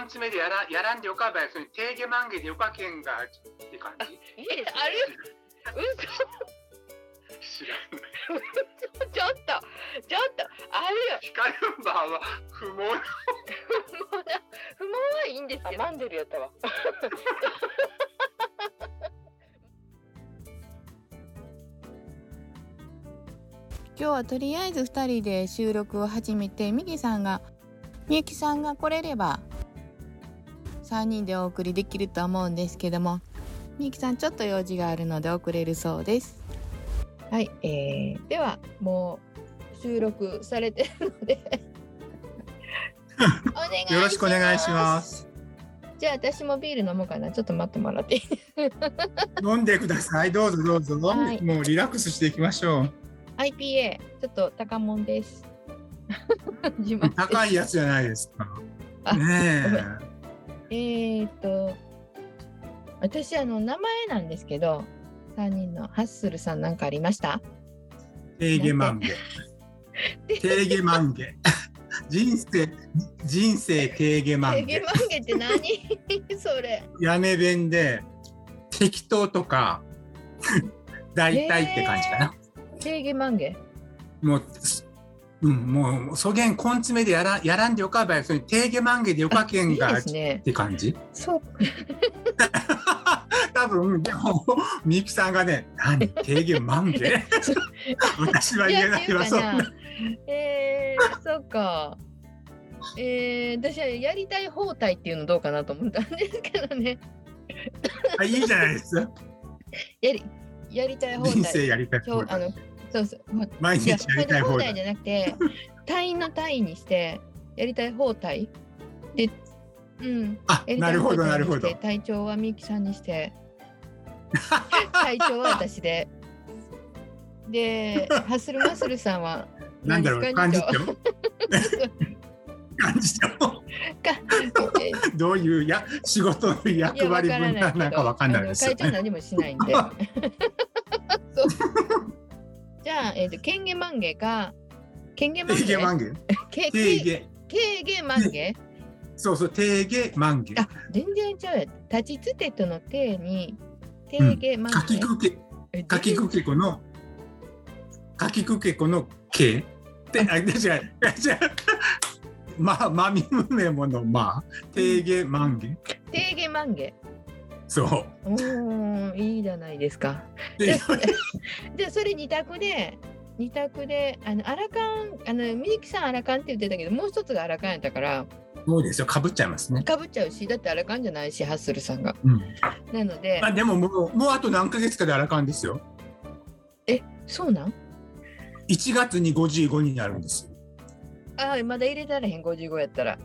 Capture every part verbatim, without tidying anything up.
根詰めでやらやらんでよかばやそれテーゲマンゲでよかけんがって感じ。 いやある嘘知らない。 ちょっとちょっとあるよ。 光るんばは不毛な不毛な不毛はいいんですけど。マンデルやったわ。 今日はとりあえずふたりで収録を始めて、みきさんがみゆきさんが来れればさんにんでお送りできると思うんですけども、みゆきさんちょっと用事があるので遅れるそうです。 はい、えー、ではもう収録されてるのでお願いします。 よろしくお願いします。 じゃあ私もビール飲もうかな。ちょっと待ってもらっていい飲んでください。どうぞどうぞ、 はい、 もうリラックスしていきましょう。 アイピーエー ちょっと高もんです高いやつじゃないですか。 あねえ。えーっと私あの名前なんですけど、さんにんのハッスルさんなんかありました？ テーゲマンゲ。テーゲマンゲ。人生人生テーゲマンゲ。 テーゲマンゲって何？それ。 屋根弁で適当とか大体って感じかな。 テーゲマンゲ。 もう、うん、もうそげん根詰めでやらやらんでよかばやそれテーゲマンゲでよかけんがいいですねって感じ。 そう。 多分でもみゆきさんがね、何テーゲマンゲ私は言えないわそんな。 えー、そっか。えー、私はやりたい放題っていうのどうかなと思ったんですけどね。 あ、いいじゃないですか。 やりやりたい放題。 人生やりたい放題。 あのそうそう。 毎日やりたい放題。 放題じゃなくて単位の単位にしてやりたい放題で、うん。 あ、なるほどなるほど。 隊長はみゆきさんにして。隊長は私で、で、ハッスルマッスルさんはなんだろう、幹事長幹事長どういうや仕事の役割分担なんかわかんないですよね。 会長何もしないんでそうじゃあ、えーと、ケンゲマンゲかケンゲマンゲケンゲマンゲケーゲケーゲマンゲそうそう、テーゲマンゲ。 あ、全然違うや。立ちつてとのテーにテーゲマンゲ。 かきくけ、かきくけこのかきくけこのけってあ、違う違う。ままみむめものまテーゲマンゲ。 テーゲマンゲ。 そう。 おー、いいじゃないですか。じゃあそれ二択で。二択で、あのアラカン、あのみゆきさんアラカンって言ってたけど、もう一つがアラカンやったから。 そうですよ、かぶっちゃいますね。 かぶっちゃうし、だってアラカンじゃないし、ハッスルさんが。 うん、 なので。 あ、でももう、もうあと何ヶ月かでアラカンですよ。 え、そうなん？ いちがつにごじゅうごになるんですよ。 ああ、まだ入れたらへん、ごじゅうごやったら。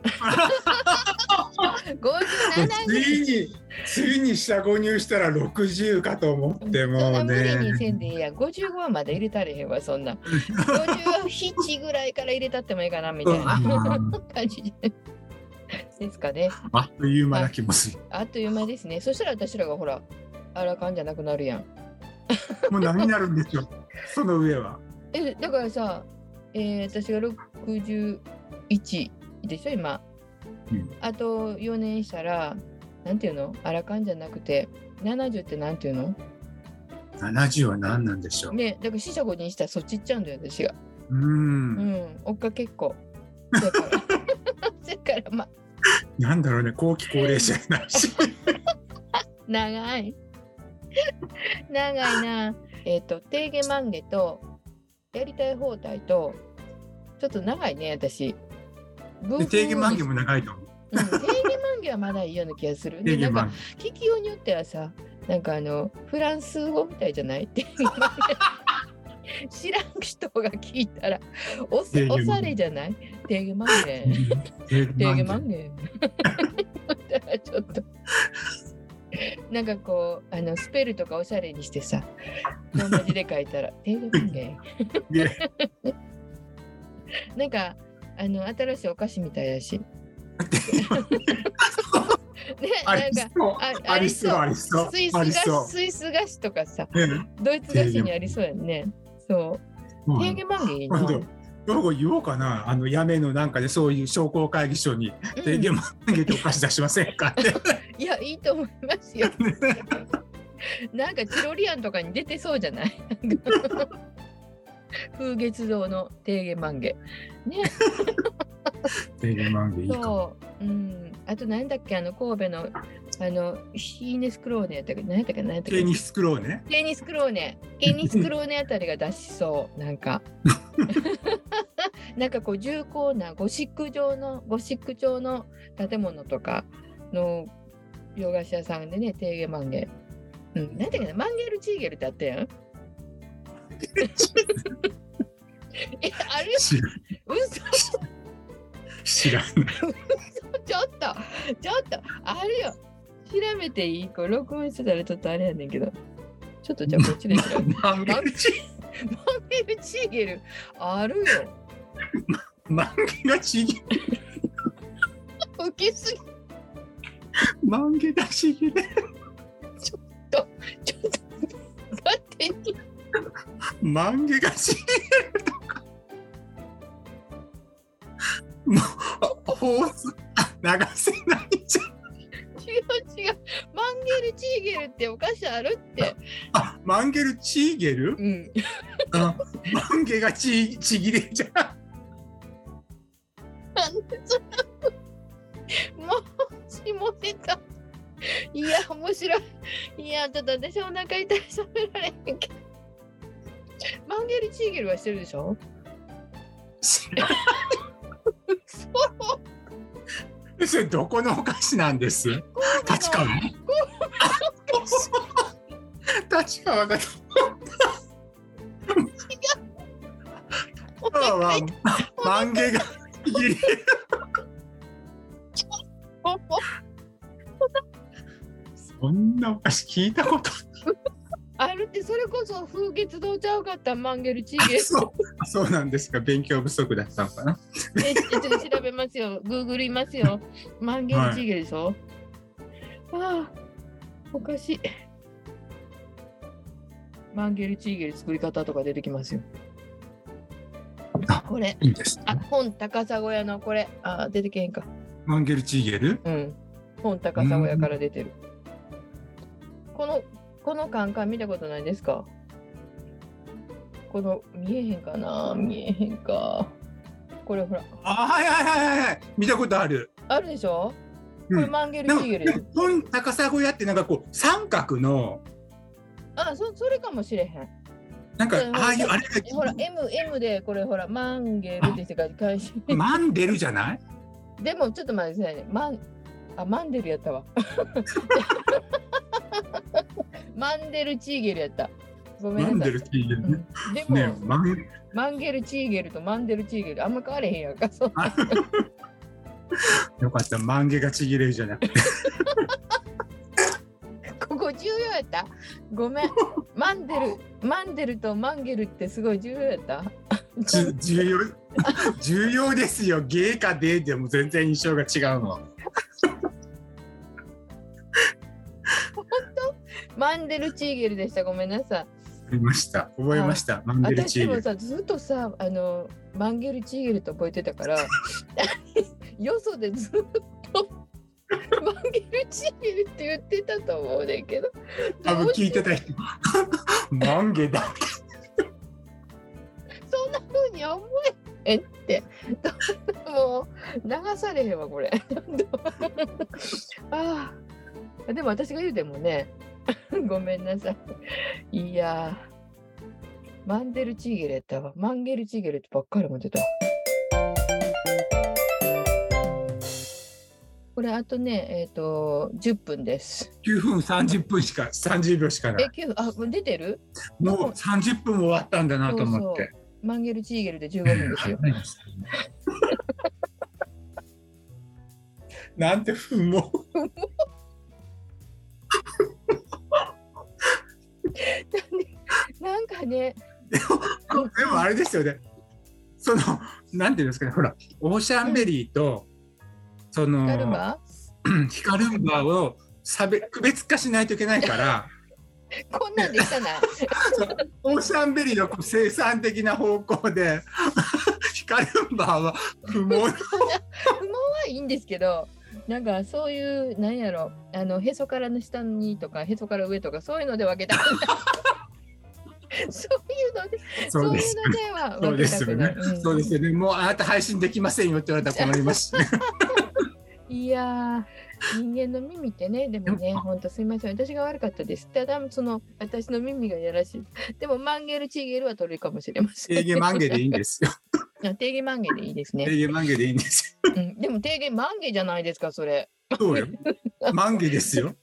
ごじゅうななついに、ついに下購入したらろくじゅうかと思ってもうね。 そんな無理にせんでいいや。ごじゅうごはまだ入れたれへんわ、そんな。ごじゅうななぐらいから入れたってもいいかな、みたいな感じですかね。 あっという間な気もする。 あっという間ですね。そしたら私らがほら、アラカンじゃなくなるやん。 もう何になるんでしょう、その上は。 え、だからさ、えー、私がろくじゅういちでしょ、今。うん、あとよねんしたら、なんていうの？アラカンじゃなくて、ななじゅうってなんていうの？ ななじゅうは何なんでしょう。 ね、だから四捨五入したらそっち行っちゃうんだよ、私が。 うん。 うん、おっか結構。だから、だからまあ。 なんだろうね、後期高齢者になるし。 長い。長いな。えっと、テーゲマンゲと、やりたい放題と、ちょっと長いね、私。 テーゲマンゲも長いと思う。 うん、テーゲマンゲはまだいいような気がする。で、なんか、聞きようによってはさ、なんかあの、フランス語みたいじゃない？テーゲマンゲ知らん人が聞いたら、おさ、おされじゃない？テーゲマンゲ。テーゲマンゲ。ちょっと。なんかこうあのスペルとかおしゃれにしてさ、ローマ字で書いたらテーゲマンゲ。なんかあの新しいお菓子みたいだし。ね、なんかありそうありそう。スイス菓子スイス菓子とかさ、ドイツ菓子にありそうやんね。そう。テーゲマンゲいいな。 どう言おうかな、あのやめのなんかでそういう商工会議所に提言もあげてお菓子出しませんかって、 いや、いいと思いますよ。なんかチロリアンとかに出てそうじゃない？風月堂の提言満月ね。 提言満月いいかも。 そう、うん、あと何だっけ、あの神戸のあのヒーネスクローネやったっけ、何やったっけ、何やったっけ、 ケニスクローネケニスクローネケニスクローネあたりが出しそうなんかなんかこう重厚なゴシック状のゴシック調の建物とかの洋菓子屋さんでね、提言満月、うん、何だっけな、マンゲルチーゲルってあったやん。え、あれ知ら嘘知らない。 ちょっとちょっとあるよ、調べていい？これ録音してたらちょっとあれやねんけど、ちょっとじゃあこっちで調べて。 マンゲルチマンゲルチーゲルあるよ。 マンゲがちぎれウケすぎ。 マンゲがちぎれちょっと勝手にマンゲがちぎれるとかもう放送流せないじゃん。 違う違う、マンゲルチーゲルってお菓子あるって。 あ、マンゲルチーゲル、 うん、 あ、マンゲがちちぎれるじゃん。 なんでそれもう下出た。いや面白い。いやちょっと私お腹痛い、喋られへんけど。マンゲルチーゲルはしてるでしょ。 知らない。 そうそれどこのお菓子なんです？立川の？立川が。はマンゲがちぎれる。そんなお菓子聞いたことあるって、それこそ風月堂ちゃうかった、マンゲルチーゲル。 そう、そうなんですか。勉強不足だったのかな。 え、ちょっと調べますよ。グーグルいますよ。マンゲルチーゲルでしょ。はい、ああ、おかしい。マンゲルチーゲル作り方とか出てきますよ。これ。 いいんです、ね。 あ、本高砂屋のこれ。あ、出てけへんか。 マンゲルチーゲル？ うん。本高砂屋から出てる。このこのカンカン見たことないですか？この見えへんかな、見えへんか。これほら。 あ、はいはいはいはい、見たことある。 あるでしょ？これマンゲルチーゲルです。 本高砂屋ってなんかこう三角の。 あ、そそれかもしれへん。 なんかああいうあれがほら M M でこれほらマンゲルって世界開始。 マンデルじゃない？ でもちょっと待ってくださいね。マンあマンデルやったわ。マンデルチーゲルやった。ごめんなさい。 マンデルチーゲル、 うん、でも、 ね、マンマンゲルチーゲルとマンデルチーゲルあんま変われへんやんか。そよかった、マンゲがちぎれるじゃなくて。 ここ重要やった。ごめん。マンデル、マンデルとマンゲルってすごい重要やった。 重要、重要ですよ。ゲーかデーでも全然印象が違うの。 本当？マンデルチーゲルでした。ごめんなさい。 覚えました。覚えました。マンゲルチーゲル。 私もさ、ずっとさ、あのマンゲルチーゲルと覚えてたから、よそでずっとマンゲルチーゲルって言ってたと思うねんけど。 多分聞いてた人、マンゲだ。 そんな風に思えへんって。もう流されへんわこれ。ああ、でも私が言うてもね。ごめんなさい。いやー、マンデルチーゲルやったわ。マンゲルチーゲルってばっかり持ってた。これあとね、えっ、ー、とじゅっぷんです。 きゅうふんさんじゅっぷんしかさんじゅうびょうしかない。 え、きゅうあ、これ出てる？ もうさんじゅっぷんも終わったんだなと思って。そうそう、 マンゲルチーゲルでじゅうごふんですよ。 なんてふんも。 なんかね、 でも、でもあれですよね。そのなんていうんですかね、ほらオーシャンベリーと、うん、そのヒカルンバヒカルンバを差別区別化しないといけないから。 こんなんでしたない。 オーシャンベリーの生産的な方向でカルンバーは不毛の不毛はいいんですけど、なんかそういうなんやろ、あのへそからの下にとかへそから上とかそういうので分けたくないそういうのでそそううですよね。 いうのではそう分けたですよねくない。うんそうですよね。もうあなた配信できませんよって言われたら困りますしね。 いやー、人間の耳ってね、でもね、ほんとすみません、私が悪かったです。ただ、その、私の耳がやらしい。でも、マンゲルチーゲルは取れるかもしれません。 低下満下でいいんですよ。 あ低下マンゲでいいですね。 低下満下でいいんですよ。 うん、でも、低下マンゲじゃないですか、それ。 そうよ。満下ですよ。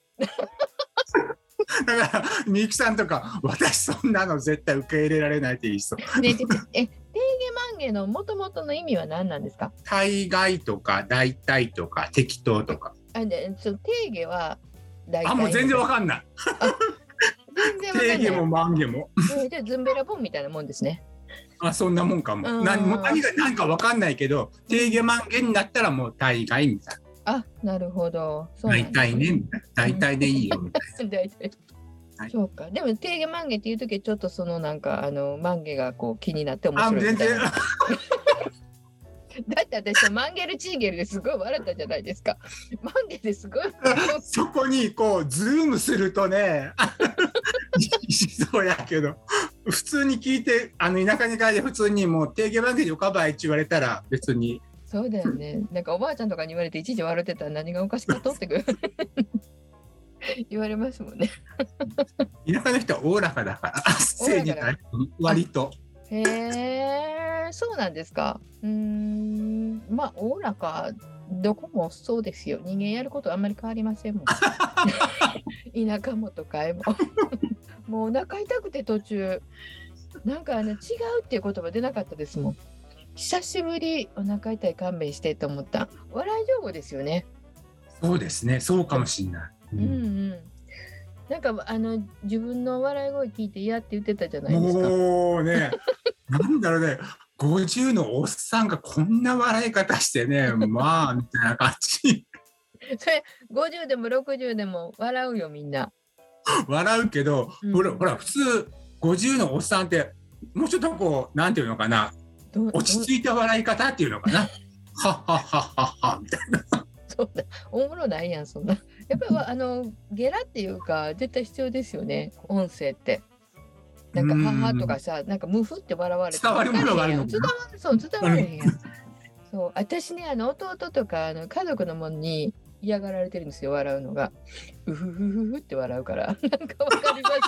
だからみゆきさんとか私そんなの絶対受け入れられないって言いそう。 ね、でえ、低下マンゲのもともとの意味は何なんですか？ 大概とか大体とか適当とか。 あでその低下は大体。 あ、もう全然わかんない。 全然わかんない。 低下も満下も。 えじゃあズンベラボンみたいなもんですね。 あ、そんなもんかも。 うん何も何が何かわかんないけど、低下満下になったらもう大概みたいあ、なるほど。そうな。 なん大です体ねみたいな。大体でいいよみたい大体はいそうか。でも低下満下っていう時はちょっとそのなんかあの満下がこう気になって面な。あ、 白い全然。 みたいな。だって私マンゲルチーゲルですごい笑ったじゃないですか。マンゲですごい。 そこにこうズームするとね、しそうやけど、普通に聞いて、あの田舎に帰って普通にもう低下満下で浮かばいって言われたら別に。 そうだよね。なんかおばあちゃんとかに言われて一時笑ってたら何がおかしかとってくる。言われますもんね。 田舎の人はおおらかだから、性に対して割と。 へえ、そうなんですか。うーん、まあおおらか。どこもそうですよ。人間やることあんまり変わりませんもん。田舎も都会も。もうお腹痛くて途中。なんかあの違うっていう言葉出なかったですもん。久しぶりお腹痛い勘弁してと思った。笑い上手ですよね。 そうですね、そうかもしれない。 うんうん。なんかあの自分の笑い声聞いて嫌って言ってたじゃないですか。 もうね、なんだろうね、ごじゅうのおっさんがこんな笑い方してね、まあみたいな感じ。 それごじゅうでもろくじゅうでも笑うよみんな。 笑うけど、 うんほらほら普通ごじゅうのおっさんってもうちょっとこうなんていうのかな、 ど落ち着いた笑い方っていうのかな。はっはっはっはっはみたいな。 そうだ、おもろないやんそんな。やっぱりあのゲラっていうか絶対必要ですよね、音声って。なんかうん母とかさ、なんかムフって笑われて伝わるものがあるのか伝わる、そう伝われへんやん。そう私ね、あの弟とかあの家族のもんに嫌がられてるんですよ、笑うのが。うふふふふって笑うから。なんかわかります。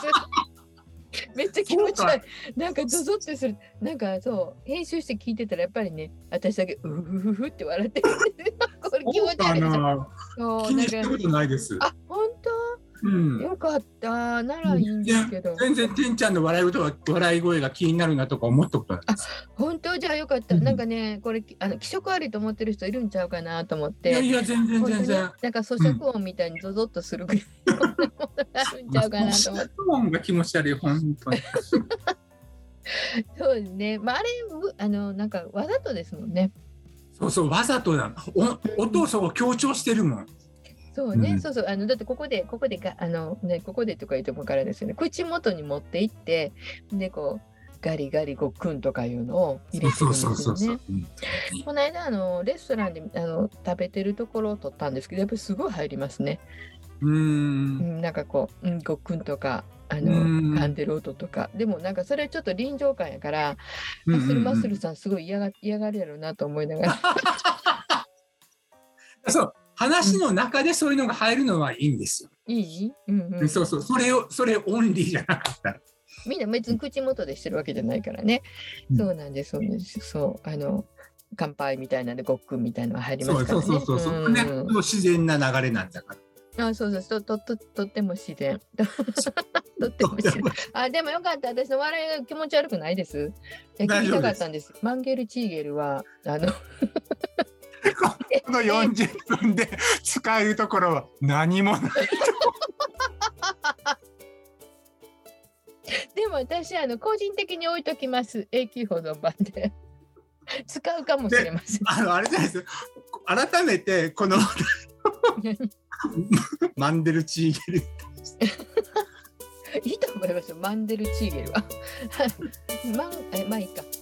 めっちゃ気持ち悪い。なんかゾゾってする。なんかそう編集して聞いてたらやっぱりね、私だけうふふふって笑ってる。これ気持ち悪いですよ。そう気にしたことないです。 あ、本当？ うん、 よかった。ならいいんですけど。 全然てんちゃんの笑い声が笑い声が気になるなとか思ったことないです。 本当じゃあよかった。 うん、 なんかね、これあの気色悪いと思ってる人いるんちゃうかなと思って。 いやいや全然全然。 なんか咀嚼音みたいにゾゾッとするぐらいのものがあるんちゃうかなと思って。 咀嚼音が気持ち悪い本当に。 そうですね。まああれあのなんかわざとですもんね。 そうそうわざとだ。お音をそう強調してるもん。 そうね、 うん、 そうそう、あのだってここでここでがあのねここでとか言ってもからですよね。口元に持っていってでこうガリガリごっくんとかいうのを入れてるんですよね。この間あのレストランであの食べてるところを撮ったんですけど、やっぱりすごい入りますね。 うーん、 うん、なんかこう、うん、ごっくんとかあの噛んでる音とか、でもなんかそれちょっと臨場感やから、マッスルマッスルさんすごい嫌が嫌がるやろうなと思いながら。 そう話の中でそういうのが入るのはいいんですよ。 いい？うんうん。 そうそう、それをそれオンリーじゃなかったら。 みんな別に口元でしてるわけじゃないからね。うん、そうなんです、そうです。そう、あの乾杯みたいなんでごっくんみたいなのが入りますからね。 そうそうそうそう、うん、ね、自然な流れなんだから。 あ、そうそう、とととっても自然。とっても自然。あ、でもよかった。私の笑いが気持ち悪くないです。いや聞きたかったんです。マンゲルチーゲルはあの。 このよんじゅっぷんで使えるところは何もない。 でも私あの個人的に置いときます。永久保存版で使うかもしれません。 あのあれじゃないです。改めてこのマンデルチーゲルいいと思いますよ。マンデルチーゲルは。マンえまあいいか。